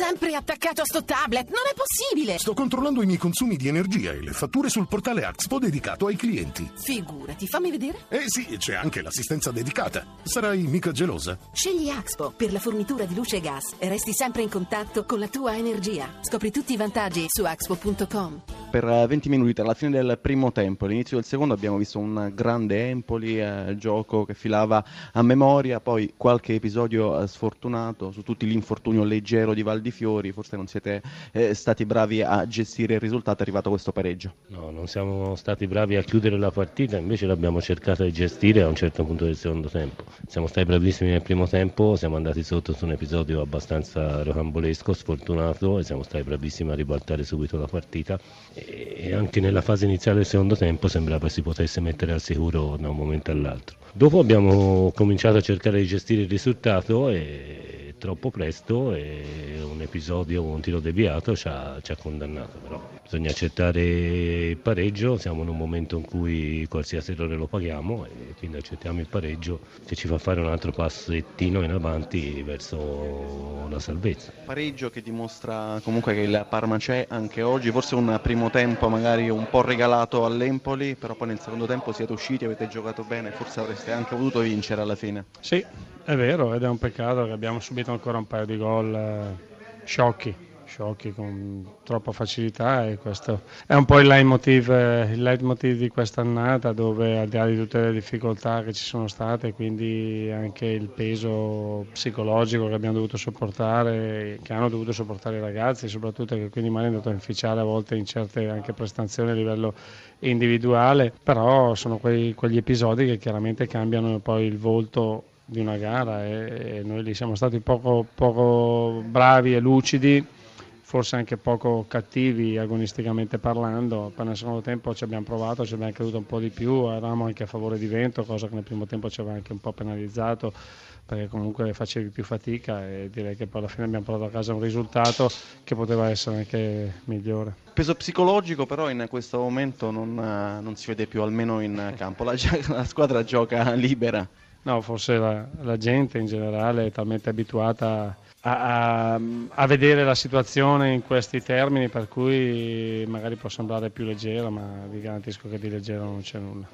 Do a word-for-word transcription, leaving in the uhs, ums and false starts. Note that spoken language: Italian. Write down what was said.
sempre attaccato a sto tablet, non è possibile! Sto controllando i miei consumi di energia e le fatture sul portale Axpo dedicato ai clienti. Figurati, fammi vedere. Eh sì, c'è anche l'assistenza dedicata. Sarai mica gelosa? Scegli Axpo per la fornitura di luce e gas e resti sempre in contatto con la tua energia. Scopri tutti i vantaggi su axpo punto com. Per venti minuti tra la fine del primo tempo e l'inizio del secondo abbiamo visto un grande Empoli, eh, gioco che filava a memoria, poi qualche episodio eh, sfortunato su tutti, l'infortunio leggero di Val di Fiori, forse non siete eh, stati bravi a gestire il risultato, è arrivato questo pareggio. No, non siamo stati bravi a chiudere la partita, invece l'abbiamo cercata di gestire a un certo punto del secondo tempo. Siamo stati bravissimi nel primo tempo, siamo andati sotto su un episodio abbastanza rocambolesco, sfortunato, e siamo stati bravissimi a ribaltare subito la partita. E anche nella fase iniziale del secondo tempo sembrava si potesse mettere al sicuro da un momento all'altro. Dopo abbiamo cominciato a cercare di gestire il risultato e troppo presto e un episodio, un tiro deviato ci ha, ci ha condannato, però bisogna accettare il pareggio, siamo in un momento in cui qualsiasi errore lo paghiamo e quindi accettiamo il pareggio che ci fa fare un altro passettino in avanti verso la salvezza. Pareggio che dimostra comunque che il Parma c'è anche oggi, forse un primo tempo magari un po' regalato all'Empoli, però poi nel secondo tempo siete usciti, avete giocato bene, forse avreste anche voluto vincere alla fine. Sì, è vero, ed è un peccato che abbiamo subito ancora un paio di gol eh, sciocchi, sciocchi con troppa facilità, e questo è un po' il leitmotiv, eh, il leitmotiv di quest'annata, dove al di là di tutte le difficoltà che ci sono state, quindi anche il peso psicologico che abbiamo dovuto sopportare, che hanno dovuto sopportare i ragazzi, soprattutto che quindi magari è andato a inficiare a volte in certe anche prestazioni a livello individuale, però sono quei, quegli episodi che chiaramente cambiano poi il volto di una gara, e, e noi lì siamo stati poco, poco bravi e lucidi, forse anche poco cattivi agonisticamente parlando. Poi nel secondo tempo ci abbiamo provato, ci abbiamo creduto un po' di più, eravamo anche a favore di vento, cosa che nel primo tempo ci aveva anche un po' penalizzato, perché comunque facevi più fatica, e direi che poi alla fine abbiamo portato a casa un risultato che poteva essere anche migliore. Peso psicologico però in questo momento non, non si vede più, almeno in campo, la, la squadra gioca libera. No, forse la, la gente in generale è talmente abituata a, a, a vedere la situazione in questi termini, per cui magari può sembrare più leggera, ma vi garantisco che di leggero non c'è nulla.